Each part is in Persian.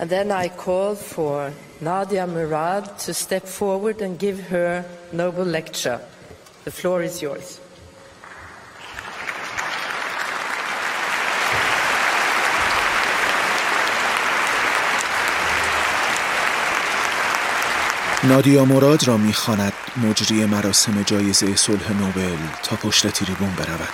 And then I call for Nadia Murad to step forward and give her Nobel lecture. The floor is yours. نادیا مراد را می‌خواند مجری مراسم جایزه صلح نوبل تا پشت تریبون برود.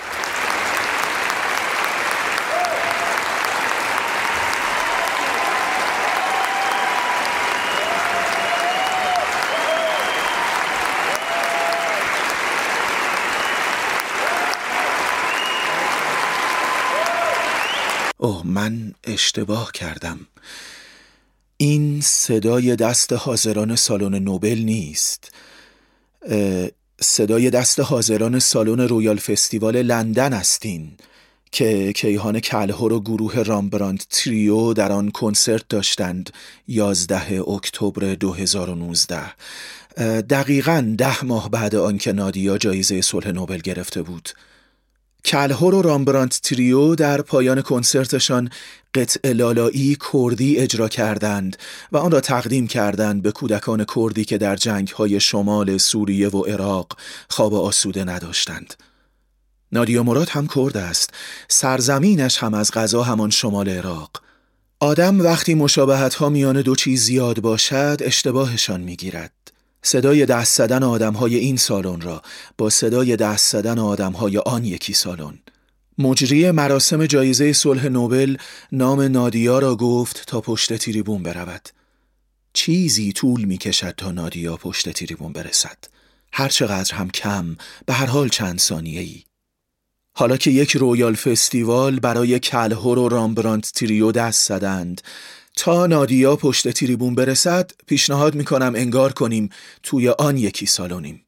اوه، من اشتباه کردم. این صدای دست حاضران سالن نوبل نیست. صدای دست حاضران سالن رویال فستیوال لندن استین که کیهان کلهر و گروه رامبراند تریو در آن کنسرت داشتند 11 اکتبر 2019، دقیقاً 10 ماه بعد آنکه نادیا جایزه صلح نوبل گرفته بود. کلهر و رامبراند تریو در پایان کنسرتشان قطعه لالایی کردی اجرا کردند و آن را تقدیم کردند به کودکان کردی که در جنگ‌های شمال سوریه و عراق خواب آسوده نداشتند. نادیا مراد هم کرد است، سرزمینش هم از قضا همان شمال عراق. آدم وقتی مشابهت‌ها میان دو چیز زیاد باشد اشتباهشان می‌گیرد. صدای دست زدن آدم‌های این سالن را با صدای دست زدن آدم‌های آن یکی سالن. مجری مراسم جایزه صلح نوبل نام نادیا را گفت تا پشت تریبون برود. چیزی طول می‌کشد تا نادیا پشت تریبون برسد. هر چقدر هم کم، به هر حال چند ثانیه‌ای. حالا که یک رویال فستیوال برای کلهر و رامبراند تریو دست زدند، تا نادیا پشت تریبون برسد پیشنهاد میکنم انگار کنیم توی آن یکی سالونیم.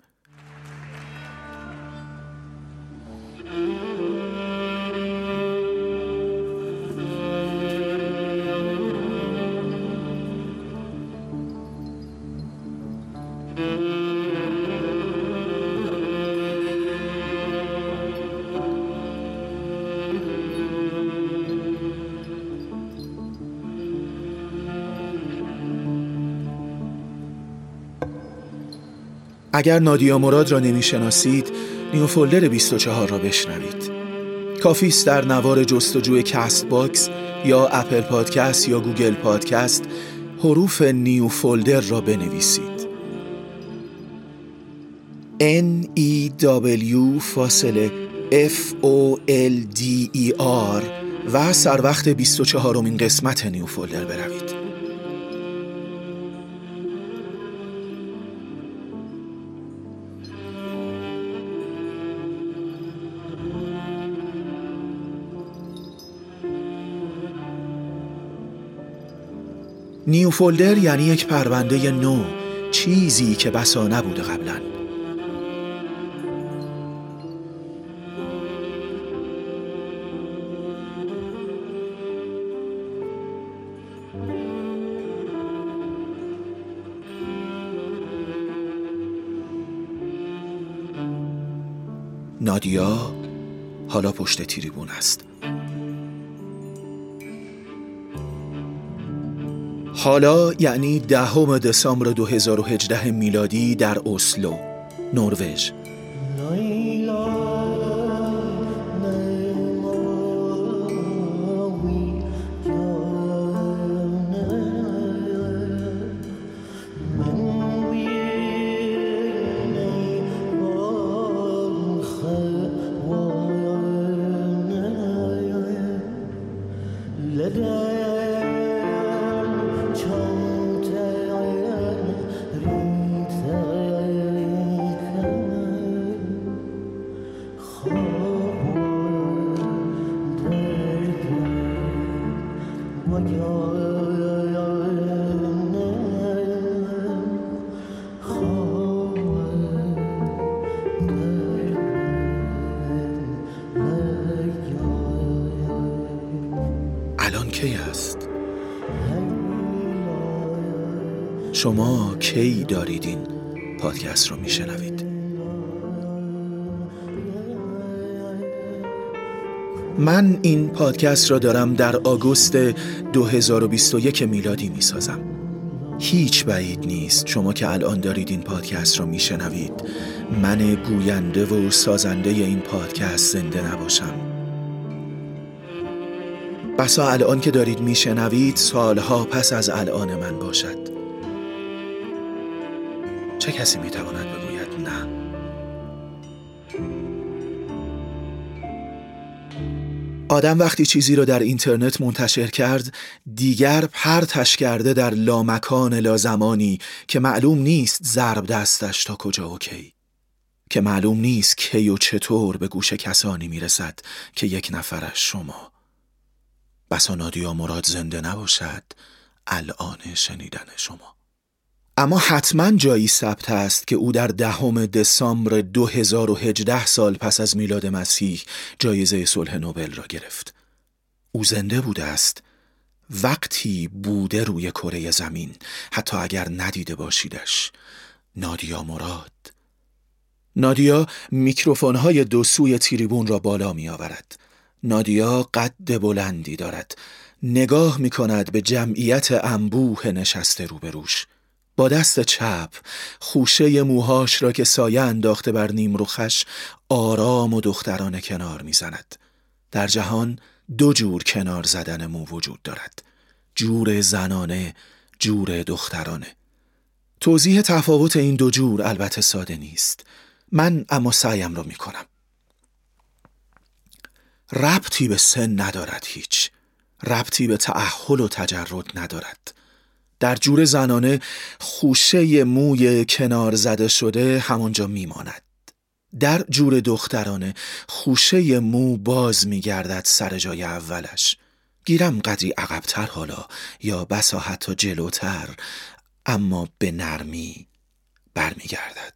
اگر نادیا مراد را نمیشناسید، نیوفولدر 24 را بشنوید. کافی است در نوار جستجوی کست باکس یا اپل پادکست یا گوگل پادکست حروف نیوفولدر را بنویسید. NEW_FOLDER و سر وقت 24مین قسمت نیوفولدر بروید. نیوفولدر یعنی یک پرونده نو، چیزی که بسا نبوده قبلا. نادیا حالا پشت تریبون است. حالا یعنی 10 دسامبر 2018 میلادی در اسلو، نروژ. کی است؟ شما کی دارید این پادکست رو میشنوید؟ من این پادکست را دارم در آگوست 2021 میلادی می سازم. هیچ بعید نیست شما که الان دارید این پادکست را می شنوید من گوینده و سازنده این پادکست زنده نباشم. بسا الان که دارید می شنوید سالها پس از الان من باشد. چه کسی می تواند بگوید نه؟ آدم وقتی چیزی رو در اینترنت منتشر کرد دیگر پرتش کرده در لامکان لازمانی که معلوم نیست ضرب دستش تا کجا و کی، که معلوم نیست کی و چطور به گوش کسانی میرسد که یک نفرش شما. بسا نادیا مراد زنده نباشد الان شنیدن شما. اما حتما جایی ثبت است که او در 10 دسامبر 2018 سال پس از میلاد مسیح جایزه صلح نوبل را گرفت. او زنده بوده است، وقتی بوده روی کره زمین، حتی اگر ندیده باشیدش. نادیا مراد. نادیا میکروفون‌های دو سوی تریبون را بالا می آورد. نادیا قد بلندی دارد. نگاه می کند به جمعیت انبوه نشسته روبروش. با دست چپ خوشه موهاش را که سایه انداخته بر نیم رخش آرام و دخترانه کنار می زند. در جهان 2 جور کنار زدن مو وجود دارد، جور زنانه، جور دخترانه. توضیح تفاوت این 2 جور البته ساده نیست، من اما سعیم را می کنم. ربطی به سن ندارد، هیچ ربطی به تأهل و تجرد ندارد. در جور زنانه خوشه موی کنار زده شده همانجا میماند. در جور دخترانه خوشه مو باز میگردد سر جای اولش، گیرم قدری عقب‌تر حالا یا بسا حتی جلوتر، اما به نرمی برمیگردد.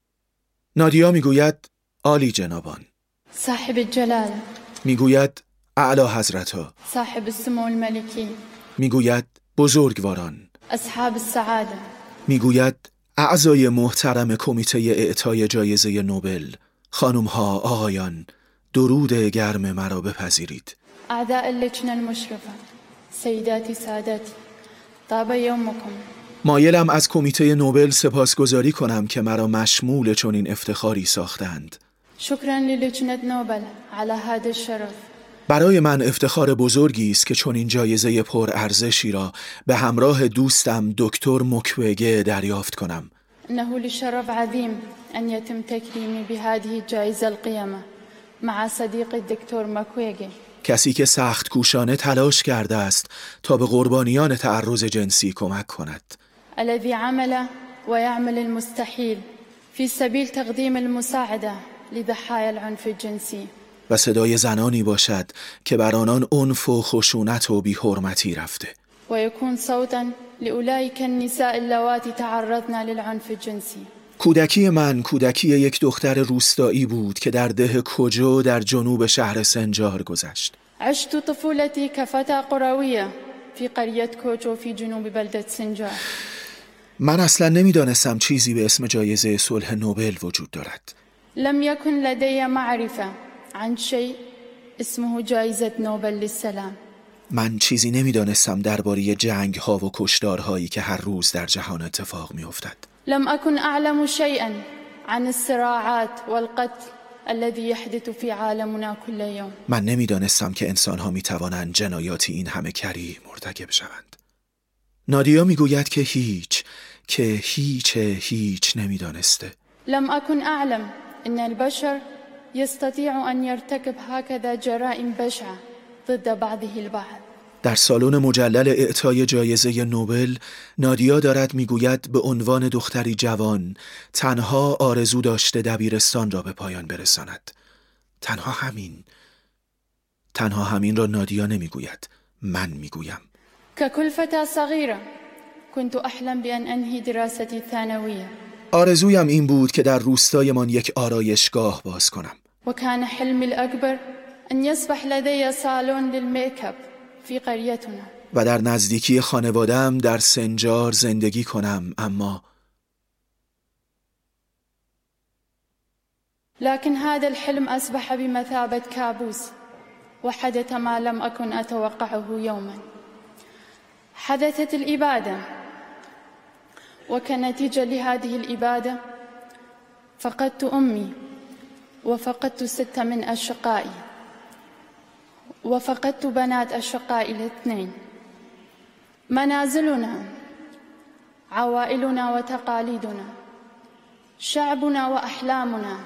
نادیا میگوید عالی جنابان، صاحب الجلال، میگوید اعلی حضرتها، صاحب السمو الملکی، میگوید بزرگواران، اصحاب السعاده، میگوید اعضای محترم کمیته اعطای جایزه نوبل، خانم‌ها، آقایان، درود گرم مرا بپذیرید. اعضاء اللجنه المشرفه، سیداتی ساداتی، طاب یومکم. مایلم از کمیته نوبل سپاسگزاری کنم که مرا مشمول چنین افتخاری ساختند. شکرا للجنه نوبل على هذا الشرف. برای من افتخار بزرگی است که چنین جایزه پرارزشی را به همراه دوستم دکتر مکوگه دریافت کنم. انه لشرف عظیم ان يتم تكريمي بهذه الجائزه القيمه مع صديق الدكتور مکوگه، کسی که سخت کوشانه تلاش کرده است تا به قربانیان تعرض جنسی کمک کند. الذي عمل ويعمل المستحيل في سبيل تقديم المساعده لضحايا العنف الجنسي. و صدای زنانی باشد که بر آنان عنف و خشونت و بی‌حرمتی رفته. و یکون صوتا لأولئک النساء اللواتی تعرضن للعنف الجنسی. کودکی من کودکی یک دختر روستایی بود که در ده کجو در جنوب شهر سنجار گذشت. عشت طفولتی كفتاة قرویه فی قریة کوچو فی جنوب بلدة سنجار. من اصلا نمیدانستم چیزی به اسم جایزه صلح نوبل وجود دارد. لم يكن لدي معرفة عن شيء اسمه جایزه نوبل للسلام. من چیزی نمیدانستم درباره جنگ ها و کشتارهایی که هر روز در جهان اتفاق می افتد. لم أكن أعلم شيئا عن الصراعات والقتل الذي يحدث في عالمنا كل يوم. من نمیدانستم که انسانها می توانند جنایاتی این همه کری مرتکب شوند. نادیا میگوید که هیچ نمیدانسته. لم أكن أعلم أن البشر يستطيع أن يرتكب هكذا جرائم بشعة ضد بعضه البعض. در سالن مجلل اعطای جایزه نوبل نادیا دارد میگوید به عنوان دختری جوان تنها آرزو داشته دبیرستان را به پایان برساند. تنها همین را نادیا نمیگوید، من میگویم. ككل فتاة صغيرة كنت أحلم بأن أنهي دراستي الثانوية. آرزویم این بود که در روستایمان یک آرایشگاه باز کنم. وكان حلمي الأكبر أن يصبح لدي صالون للميك-اپ في قريتنا. و در نزدیکی خانواده‌ام در سنجار زندگی کنم، اما لكن هذا الحلم أصبح بمثابة كابوس وحدث ما لم أكن أتوقعه يوما. حدثت الإبادة، وكنتيجة لهذه الإبادة فقدت أمي، وفقدت 6 من أشقائي، وفقدت بنات أشقائي الاثنين. منازلنا، عوائلنا وتقاليدنا، شعبنا وأحلامنا،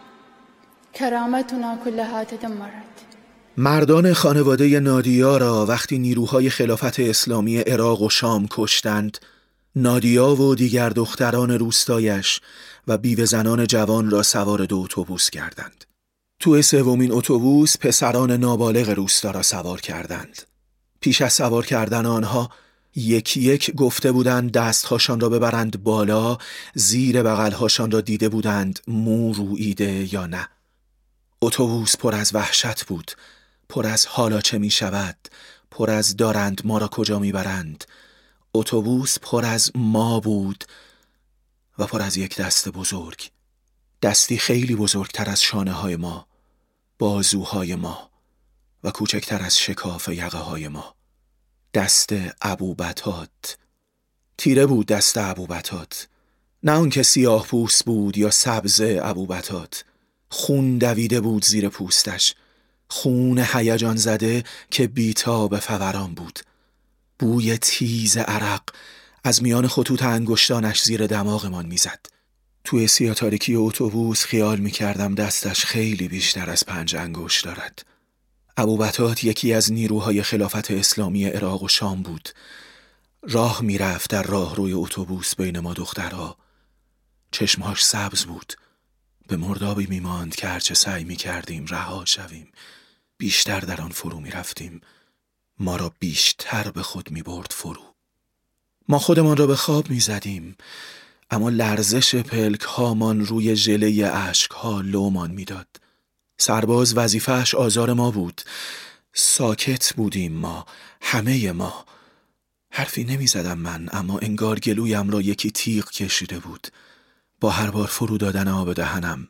کرامتنا كلها تدمرت. مردان خانواده نادیا را وقتی نیروهای خلافت اسلامی عراق و شام کشتند، نادیا و دیگر دختران روستایش و بیوه زنان جوان را سوار 2 اتوبوس کردند. توی 3مین اتوبوس پسران نابالغ روستا را سوار کردند. پیش از سوار کردن آنها یکی یک گفته بودند دستهاشان را ببرند بالا، زیر بغلهاشان را دیده بودند مو روییده یا نه. اتوبوس پر از وحشت بود، پر از حالا چه می شود، پر از دارند ما را کجا می برند. اتوبوس پر از ما بود و پر از یک دست بزرگ، دستی خیلی بزرگتر از شانه های ما، بازوهای ما و کوچکتر از شکاف یقه های ما. دست ابوبطات. تیره بود دست ابوبطات، نه اون که سیاه پوست بود یا سبز ابوبطات. خون دویده بود زیر پوستش، خون هیجان زده که بیتاب فوران بود. بوی تیز عرق از میان خطوط انگشتانش زیر دماغمان میزد. توی سیاه تاریکی اتوبوس خیال میکردم دستش خیلی بیشتر از 5 انگشت دارد. ابوبطات یکی از نیروهای خلافت اسلامی عراق و شام بود. راه میرفت در راهروی اتوبوس بین ما دخترها. چشمهاش سبز بود. به مردابی میماند که هرچه سعی میکردیم رها شویم، بیشتر در آن فرو میرفتیم. ما را بیشتر به خود میبرد فرو. ما خودمان را به خواب میزدیم، اما لرزش پلک هامان روی ژله اشک ها لومان میداد. سرباز وظیفه‌اش آزار ما بود. ساکت بودیم ما، همه ما. حرفی نمیزدم من، اما انگار گلویم را یکی تیغ کشیده بود. با هر بار فرو دادن آب دهنم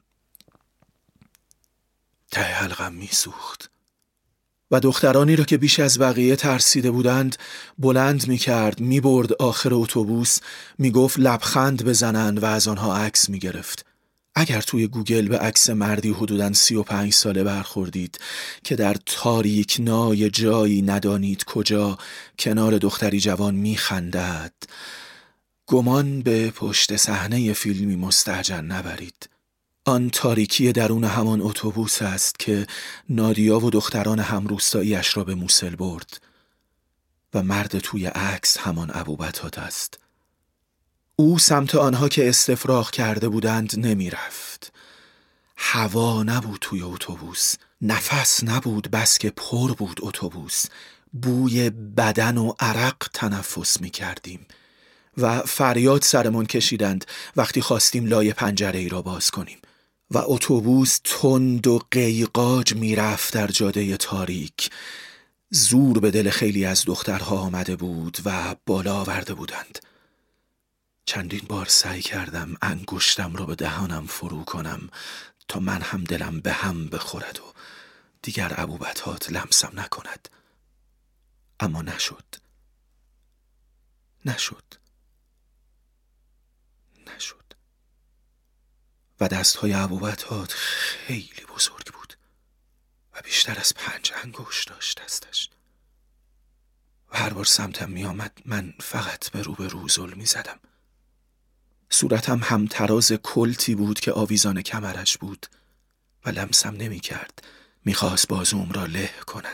ته حلقم میسوخت و دخترانی را که بیش از بقیه ترسیده بودند بلند میکرد، میبرد آخر اتوبوس، میگفت لبخند بزنند و از آنها عکس میگرفت. اگر توی گوگل به عکس مردی حدوداً 35 ساله برخوردید که در تاریکنای جایی ندانید کجا کنار دختری جوان میخندد، گمان به پشت صحنه فیلمی مستهجن نبرید. آن تاریکی درون همان اتوبوس است که نادیا و دختران همروستایی‌اش را به موصل برد و مرد توی عکس همان ابوبطات است. او سمت آنها که استفراغ کرده بودند نمی رفت. هوا نبود توی اتوبوس، نفس نبود بس که پر بود اتوبوس. بوی بدن و عرق تنفس می کردیم و فریاد سرمان کشیدند وقتی خواستیم لای پنجره ای را باز کنیم و اتوبوس تند و قیقاج می رفت در جاده تاریک. زور به دل خیلی از دخترها آمده بود و بالا آورده بودند. چندین بار سعی کردم انگشتم را به دهانم فرو کنم تا من هم دلم به هم بخورد و دیگر ابوبطات لمسم نکند، اما نشد. و دستهای ابوبطات خیلی بزرگ بود و بیشتر از 5 انگشت داشت دستش و هر بار سمتم می آمد من فقط به رو زل می زدم. صورتم هم تراز کلتی بود که آویزان کمرش بود و لمسم نمی کرد. می خواست بازوم را له کند.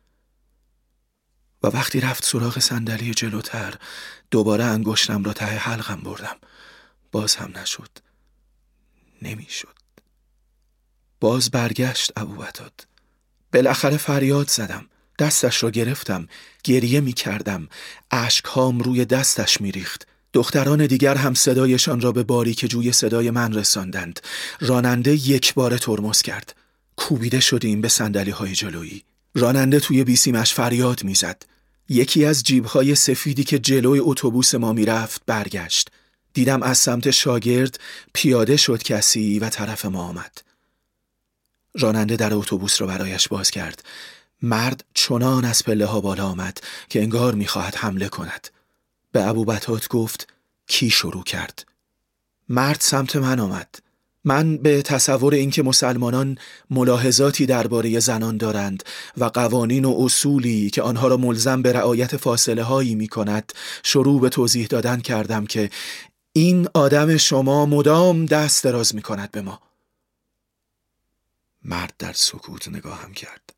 و وقتی رفت سراغ صندلی جلوتر دوباره انگشتم را ته حلقم بردم. باز هم نشد. نمیشد. باز برگشت ابوبطات. بالاخره فریاد زدم. دستش را گرفتم. گریه می کردم. اشکهام روی دستش می ریخت. دختران دیگر هم صدایشان را به باریک جوی صدای من رساندند. راننده یک بار ترمز کرد. کوبیده شدیم به صندلی های جلویی. راننده توی بیسیمش فریاد می زد. یکی از جیب‌های سفیدی که جلوی اتوبوس ما میرفت برگشت. دیدم از سمت شاگرد پیاده شد کسی و طرف ما آمد. راننده در اتوبوس را برایش باز کرد. مرد چنان از پله ها بالا آمد که انگار میخواهد حمله کند. به ابوبطات گفت کی شروع کرد؟ مرد سمت من آمد. من به تصور اینکه مسلمانان ملاحظاتی درباره زنان دارند و قوانین و اصولی که آنها را ملزم به رعایت فاصله هایی می کند شروع به توضیح دادن کردم که این آدم شما مدام دست دراز می کند به ما. مرد در سکوت نگاهم کرد.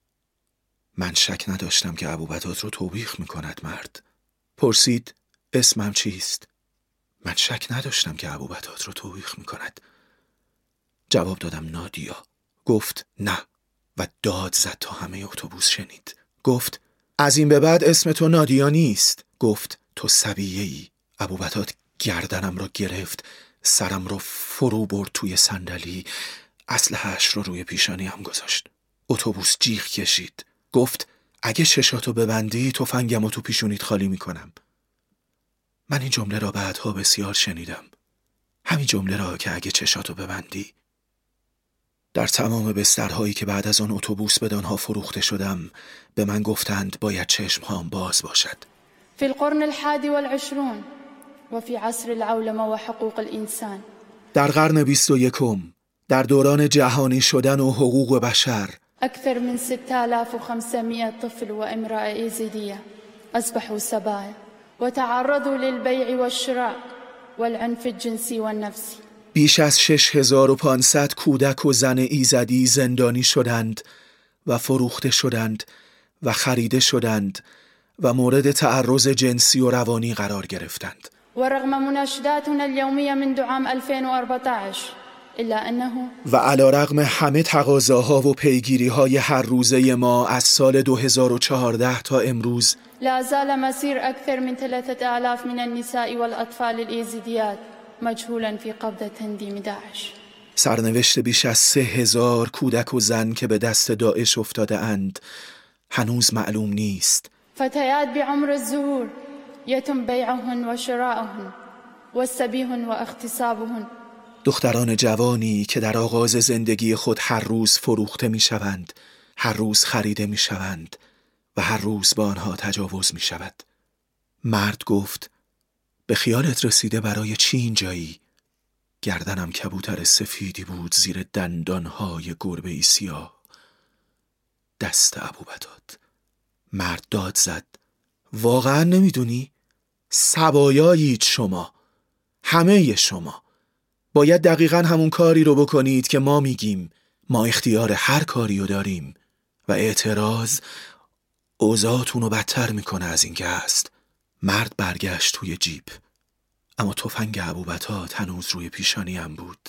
من شک نداشتم که ابوبطات رو توبیخ می کند. مرد پرسید اسمم چیست؟ من شک نداشتم که ابوبطات رو توبیخ می کند. جواب دادم نادیا. گفت نه و داد زد تا همه اتوبوس شنید. گفت از این به بعد اسم تو نادیا نیست. گفت تو صبیه‌ای. ابوبطات گردنم را گرفت، سرم را فرو برد توی صندلی، اسلحه‌اش رو روی پیشانیم گذاشت. اتوبوس جیغ کشید. گفت اگه چشاتو ببندی تفنگمو تو پیشونیت خالی میکنم. من این جمله را بعدها بسیار شنیدم. همین جمله را که اگه چشاتو ببندی. در تمام بسترهایی که بعد از آن اتوبوس به آنها فروخته شدم به من گفتند باید چشمهام باز باشد. في القرن 21 وفي عصر العولمة وحقوق الإنسان. در قرن 21 در دوران جهانی شدن و حقوق بشر أكثر من 6500 طفل وامرأة إيزيدية أصبحوا سبايا وتعرضوا للبيع والشراء والعنف الجنسي والنفسي. بیش از 6500 کودک و زن ایزدی زندانی شدند و فروخته شدند و خریده شدند و مورد تعرض جنسی و روانی قرار گرفتند. ورغم مناشداتنا اليومية منذ عام 2014 الا انه و علی رغم همه تقاضاها و پیگیری‌های هر روزه ما از سال 2014 تا امروز لا زال مسير أكثر من 3000 من النساء والأطفال الإيزيديات مجهولا في قبضة تنظیم داعش. سرنوشت بیش از 3000 کودک و زن که به دست داعش افتاده اند هنوز معلوم نیست. فتيات بعمر الزهور يتم بيعهن وشراؤهن والسبيهن واغتصابهن. دختران جوانی که در آغاز زندگی خود هر روز فروخته می شوند، هر روز خریده می شوند و هر روز با آنها تجاوز می شود. مرد گفت به خیالت رسیده برای چی اینجایی؟ گردنم کبوتر سفیدی بود زیر دندانهای گربه‌ای سیاه. دست ابوبطات. مرد داد زد واقعا نمیدونی؟ سبایایید شما، همه شما باید دقیقاً همون کاری رو بکنید که ما میگیم. ما اختیار هر کاری رو داریم و اعتراض اوضاعتون رو بدتر میکنه از این که هست. مرد برگشت توی جیب، اما تفنگ ابوبطات هنوز روی پیشانیم بود.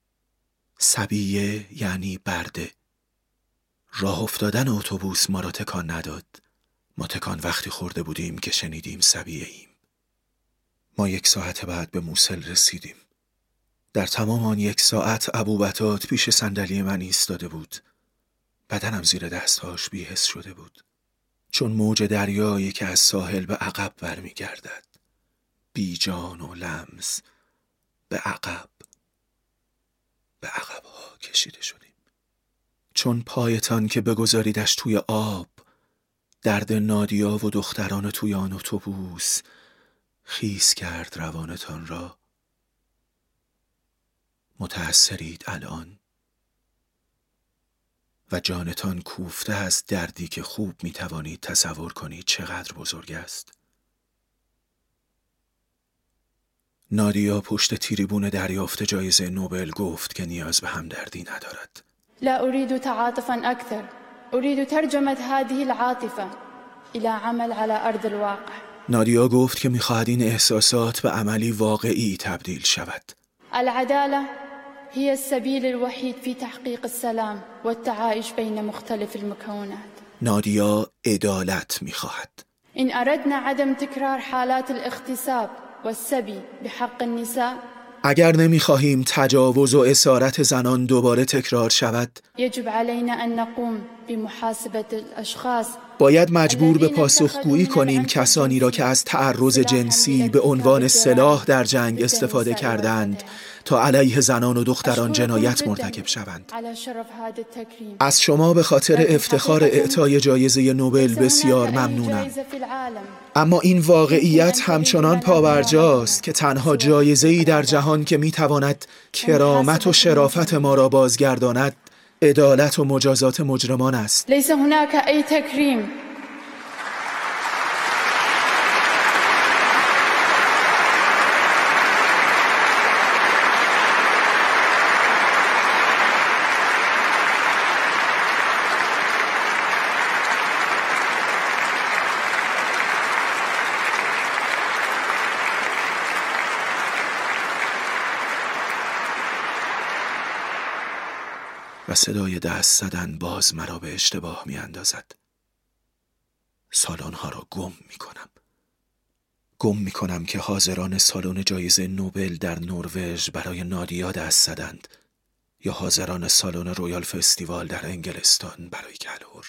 صبیه یعنی برده. راه افتادن اتوبوس ما را تکان نداد. ما تکان وقتی خورده بودیم که شنیدیم صبیه ایم. ما 1 ساعت بعد به موصل رسیدیم. در تمام آن 1 ساعت ابوبطات پیش صندلی من ایستاده بود. بدنم زیر دستهاش بی‌حس شده بود، چون موج دریایی که از ساحل به عقب برمیگردد. بی جان و لمس به عقب، به عقب‌ها کشیده شدیم. چون پایتان که بگذاریدش توی آب، درد نادیا و دختران توی آن اتوبوس خیس کرد روانتان را. متأثرید الان و جانتان کوفته از دردی که خوب میتوانید تصور کنید چقدر بزرگ است. نادیا پشت تریبون دریافت جایزه نوبل گفت که نیاز به همدردی ندارد. لا أريد تعاطفا أكثر، أريد ترجمة هذه العاطفة إلى عمل على أرض الواقع. نادیا گفت که می‌خواهد این احساسات به عملی واقعی تبدیل شود. العدالة هي السبيل الوحيد في تحقيق السلام والتعايش بين مختلف المكونات. نادیا عدالت می‌خواهد. إن أردنا عدم تكرار حالات الاغتصاب والسبي بحق النساء، اگر نمی‌خواهیم تجاوز و اسارت زنان دوباره تکرار شود، يجب علينا أن نقوم بمحاسبة الأشخاص باید مجبور به پاسخگویی کنیم کسانی را که از تعرض جنسی به عنوان سلاح در جنگ استفاده کردند تا علیه زنان و دختران جنایت مرتکب شوند. از شما به خاطر افتخار اعطای جایزه نوبل بسیار ممنونم. اما این واقعیت همچنان پابرجاست که تنها جایزه‌ای در جهان که میتواند کرامت و شرافت ما را بازگرداند عدالت و مجازات مجرمان است. لیس هناك ای تکریم. و صدای دست زدن باز مرا به اشتباه می اندازد. سالن ها را گم می کنم که حاضران سالن جایزه نوبل در نروژ برای نادیا دست زدند یا حاضران سالن رویال فستیوال در انگلستان برای کلهر.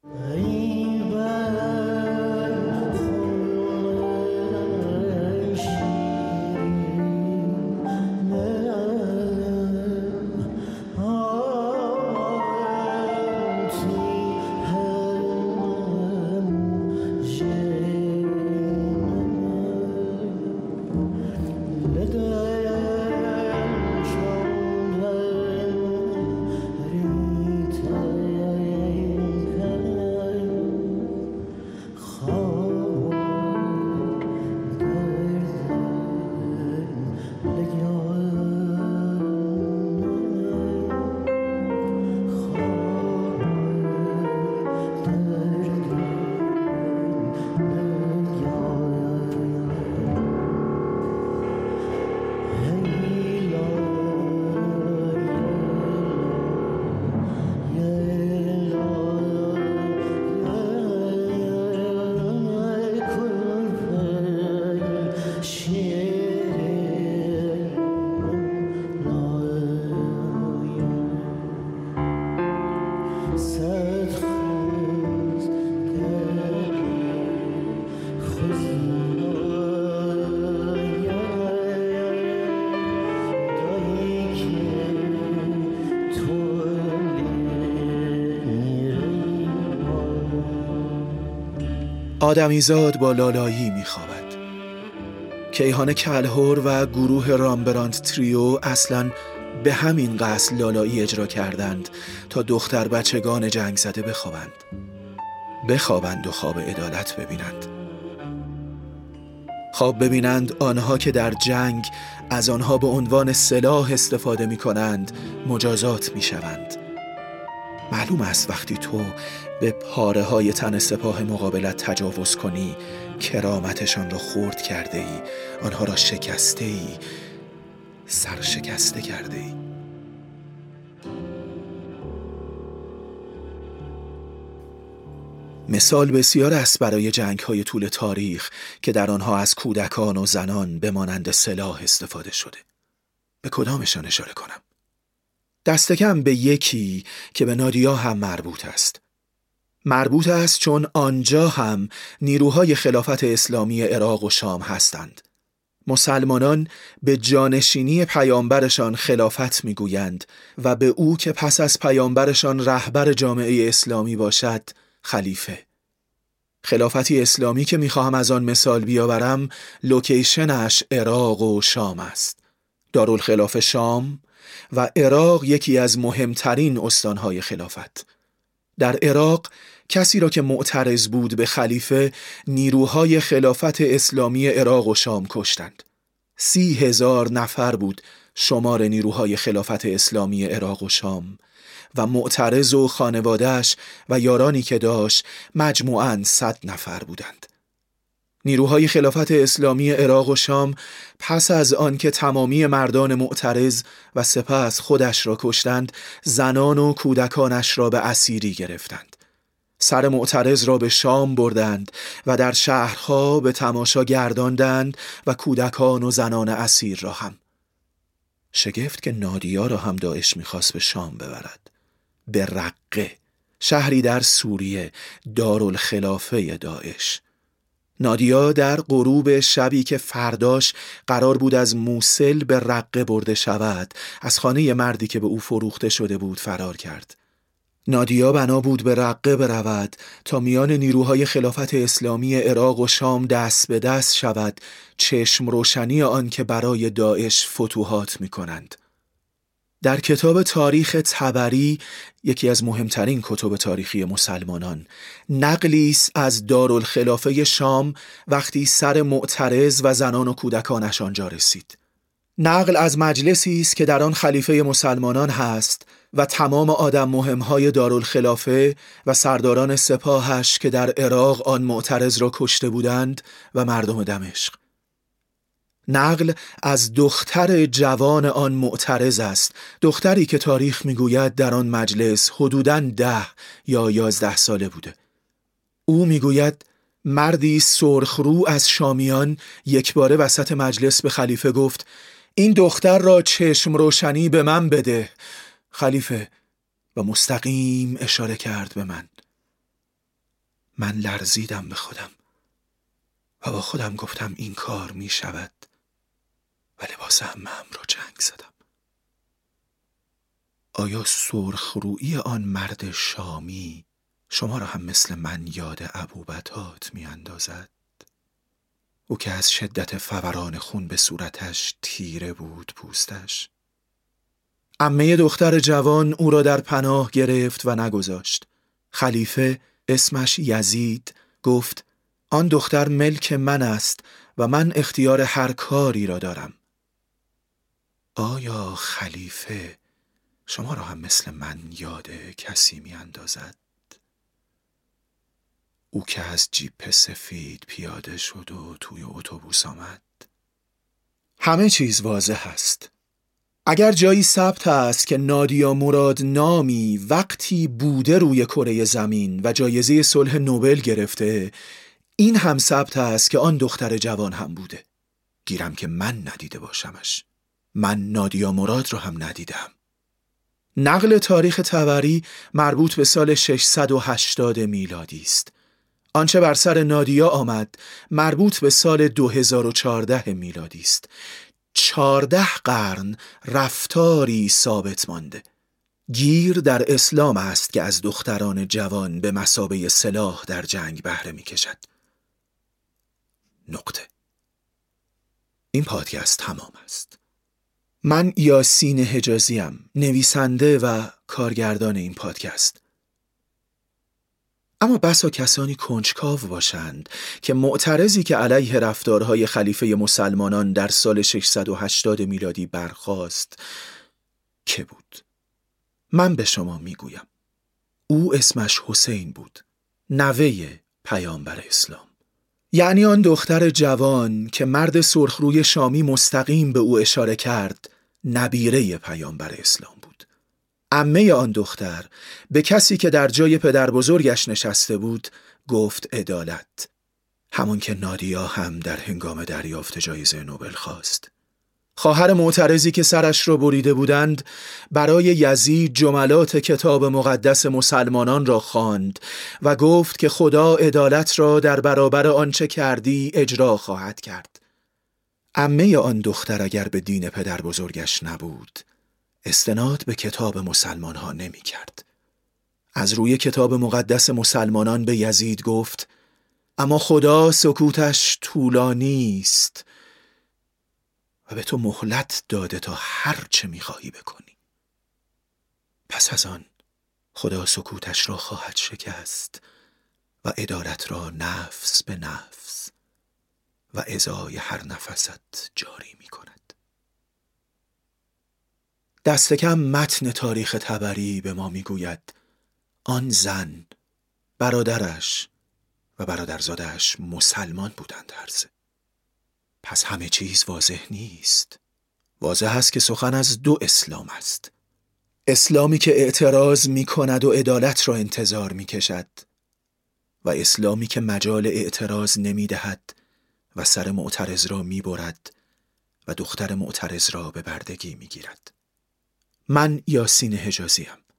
آدمیزاد با لالایی میخوابد. کیهان کلهر و گروه رامبراند تریو اصلاً به همین قصد لالایی اجرا کردند تا دختر بچگان جنگ زده بخوابند و خواب عدالت ببینند. خواب ببینند آنها که در جنگ از آنها به عنوان سلاح استفاده می کنند مجازات می شوند. معلوم است وقتی تو به پاره های تن سپاه مقابلت تجاوز کنی کرامتشان را خرد کرده ای، آنها را شکسته ای، سرشکسته کرده ای. مثال بسیار است برای جنگ‌های طول تاریخ که در آنها از کودکان و زنان به مانند سلاح استفاده شده. به کدامشان اشاره کنم؟ دست کم به یکی که به نادیا هم مربوط است چون آنجا هم نیروهای خلافت اسلامی عراق و شام هستند. مسلمانان به جانشینی پیامبرشان خلافت میگویند و به او که پس از پیامبرشان رهبر جامعه اسلامی باشد خلیفه. خلافتی اسلامی که میخواهم از آن مثال بیاورم لوکیشنش عراق و شام است. دارالخلافه شام و عراق یکی از مهمترین استانهای خلافت. در عراق کسی را که معترض بود به خلیفه نیروهای خلافت اسلامی عراق و شام کشتند. 30,000 نفر بود شمار نیروهای خلافت اسلامی عراق و شام و معترض و خانواده‌اش و یارانی که داشت مجموعاً 100 نفر بودند. نیروهای خلافت اسلامی عراق و شام پس از آن که تمامی مردان معترض و سپس خودش را کشتند، زنان و کودکانش را به اسیری گرفتند. سر معترض را به شام بردند و در شهرها به تماشا گرداندند و کودکان و زنان اسیر را هم. شگفت که نادیا را هم داعش می‌خواست به شام ببرد. به رقه شهری در سوریه، دارالخلافه داعش. نادیا در غروب شبی که فرداش قرار بود از موصل به رقه برده شود، از خانه مردی که به او فروخته شده بود فرار کرد. نادیا بنا بود به رقه برود تا میان نیروهای خلافت اسلامی عراق و شام دست به دست شود، چشم روشنی آن که برای داعش فتوحات می کنند. در کتاب تاریخ طبری، یکی از مهمترین کتب تاریخی مسلمانان، نقلی است از دارالخلافه شام وقتی سر معترض و زنان و کودکانش آنجا رسید. نقل از مجلسی است که در آن خلیفه مسلمانان هست و تمام آدم مهمهای دارالخلافه و سرداران سپاهش که در عراق آن معترض را کشته بودند و مردم دمشق. نقل از دختر جوان آن معترض است، دختری که تاریخ میگوید در آن مجلس حدوداً 10 یا 11 ساله بوده. او میگوید مردی سرخرو از شامیان یکباره وسط مجلس به خلیفه گفت این دختر را چشم روشنی به من بده خلیفه، و مستقیم اشاره کرد به من. من لرزیدم به خودم و با خودم گفتم این کار می شود و لباس عمه‌ام را چنگ زدم. آیا سرخرویی آن مرد شامی شما را هم مثل من یاد ابوبطات می اندازد؟ او که از شدت فوران خون به صورتش تیره بود پوستش. عمه دختر جوان او را در پناه گرفت و نگذاشت. خلیفه، اسمش یزید، گفت آن دختر ملک من است و من اختیار هر کاری را دارم. آیا خلیفه شما را هم مثل من یاد کسی می اندازد؟ او که از جیپ سفید پیاده شد و توی اتوبوس آمد. همه چیز واضح است. اگر جایی ثبت است که نادیا مراد نامی وقتی بوده روی کره زمین و جایزه صلح نوبل گرفته، این هم ثبت است که آن دختر جوان هم بوده. گیرم که من ندیده باشمش. من نادیا مراد رو هم ندیدم. نقل تاریخ طبری مربوط به سال 680 میلادی است. آنچه بر سر نادیا آمد مربوط به سال 2014 میلادی است. 14 قرن رفتاری ثابت مانده. گیر در اسلام است که از دختران جوان به مثابه سلاح در جنگ بهره می کشد. نقطه. این پادکست تمام است. من یاسین حجازیم، نویسنده و کارگردان این پادکست. اما بسا کسانی کنجکاو باشند که معترضی که علیه رفتارهای خلیفه مسلمانان در سال 680 میلادی برخاست که بود؟ من به شما میگویم او اسمش حسین بود، نوه پیامبر اسلام. یعنی آن دختر جوان که مرد سرخروی شامی مستقیم به او اشاره کرد نبیره پیامبر اسلام بود. عمه آن دختر به کسی که در جای پدر بزرگش نشسته بود گفت عدالت، همون که نادیا هم در هنگام دریافت جایزه نوبل خواست. خواهر معترضی که سرش را بریده بودند برای یزید جملات کتاب مقدس مسلمانان را خواند و گفت که خدا عدالت را در برابر آنچه کردی اجرا خواهد کرد. عمه آن دختر اگر به دین پدر بزرگش نبود استناد به کتاب مسلمان ها نمی کرد. از روی کتاب مقدس مسلمانان به یزید گفت اما خدا سکوتش طولانی است و به تو مهلت داده تا هر چه می خواهی بکنی. پس از آن خدا سکوتش را خواهد شکست و عدالت را نفس به نفس و ازای هر نفست جاری می کند. دست کم متن تاریخ طبری به ما می گوید آن زن، برادرش و برادرزادش مسلمان بودند هر سه. پس همه چیز واضح نیست. واضح است که سخن از دو اسلام است. اسلامی که اعتراض می کند و عدالت را انتظار می کشد و اسلامی که مجال اعتراض نمی دهد و سر معترض را می برد و دختر معترض را به بردگی می گیرد. من یاسین حجازیم،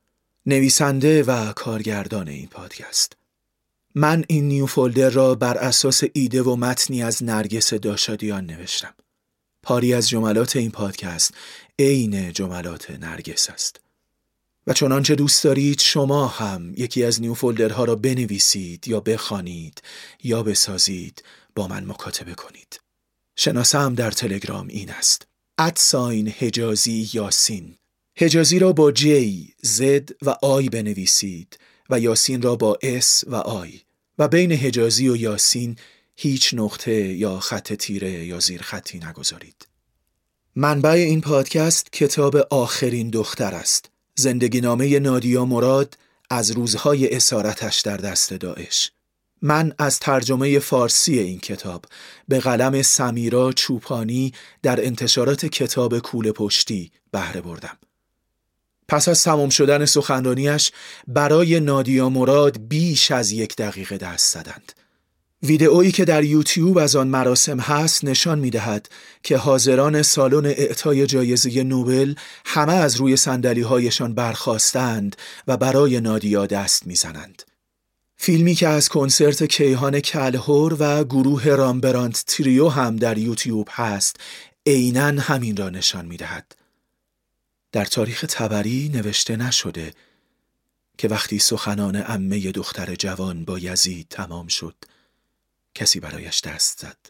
نویسنده و کارگردان این پادکست. من این نیو فولدر را بر اساس ایده و متنی از نرگس داشادیان نوشتم. پاری از جملات این پادکست عین جملات نرگس است. و چنانچه دوست دارید شما هم یکی از نیو فولدرها را بنویسید یا بخوانید یا بسازید، با من مکاتبه کنید. شناسه‌ام در تلگرام این است: @حجازی یاسین. حجازی را با J، Z و I بنویسید و یاسین را با S و I و بین حجازی و یاسین هیچ نقطه یا خط تیره یا زیر خطی نگذارید. منبع این پادکست کتاب آخرین دختر است. زندگی نامه نادیا مراد از روزهای اسارتش در دست داعش. من از ترجمه فارسی این کتاب به قلم سمیرا چوپانی در انتشارات کتاب کوله پشتی بهره بردم. پس از تمام شدن سخنرانیش برای نادیا مراد بیش از 1 دقیقه دست زدند. ویدئویی که در یوتیوب از آن مراسم هست نشان می‌دهد که حاضران سالن اعطای جایزه نوبل همه از روی صندلی‌هایشان برخاستند و برای نادیا دست می‌زنند. فیلمی که از کنسرت کیهان کلهر و گروه رامبرانت تریو هم در یوتیوب هست عیناً همین را نشان می‌دهد. در تاریخ طبری نوشته نشده که وقتی سخنان عمه دختر جوان با یزید تمام شد کسی برایش دست زد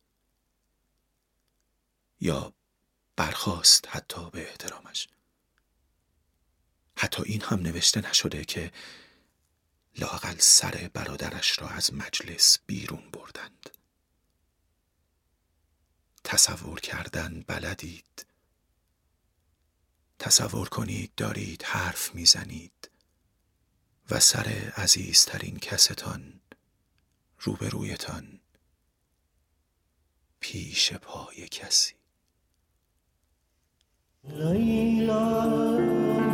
یا برخاست حتی به احترامش. حتی این هم نوشته نشده که لااقل سر برادرش را از مجلس بیرون بردند. تصور کردن بلدید. تصور کنید دارید حرف میزنید و سر عزیزترین کستان روبرویتان پیش پای کسی.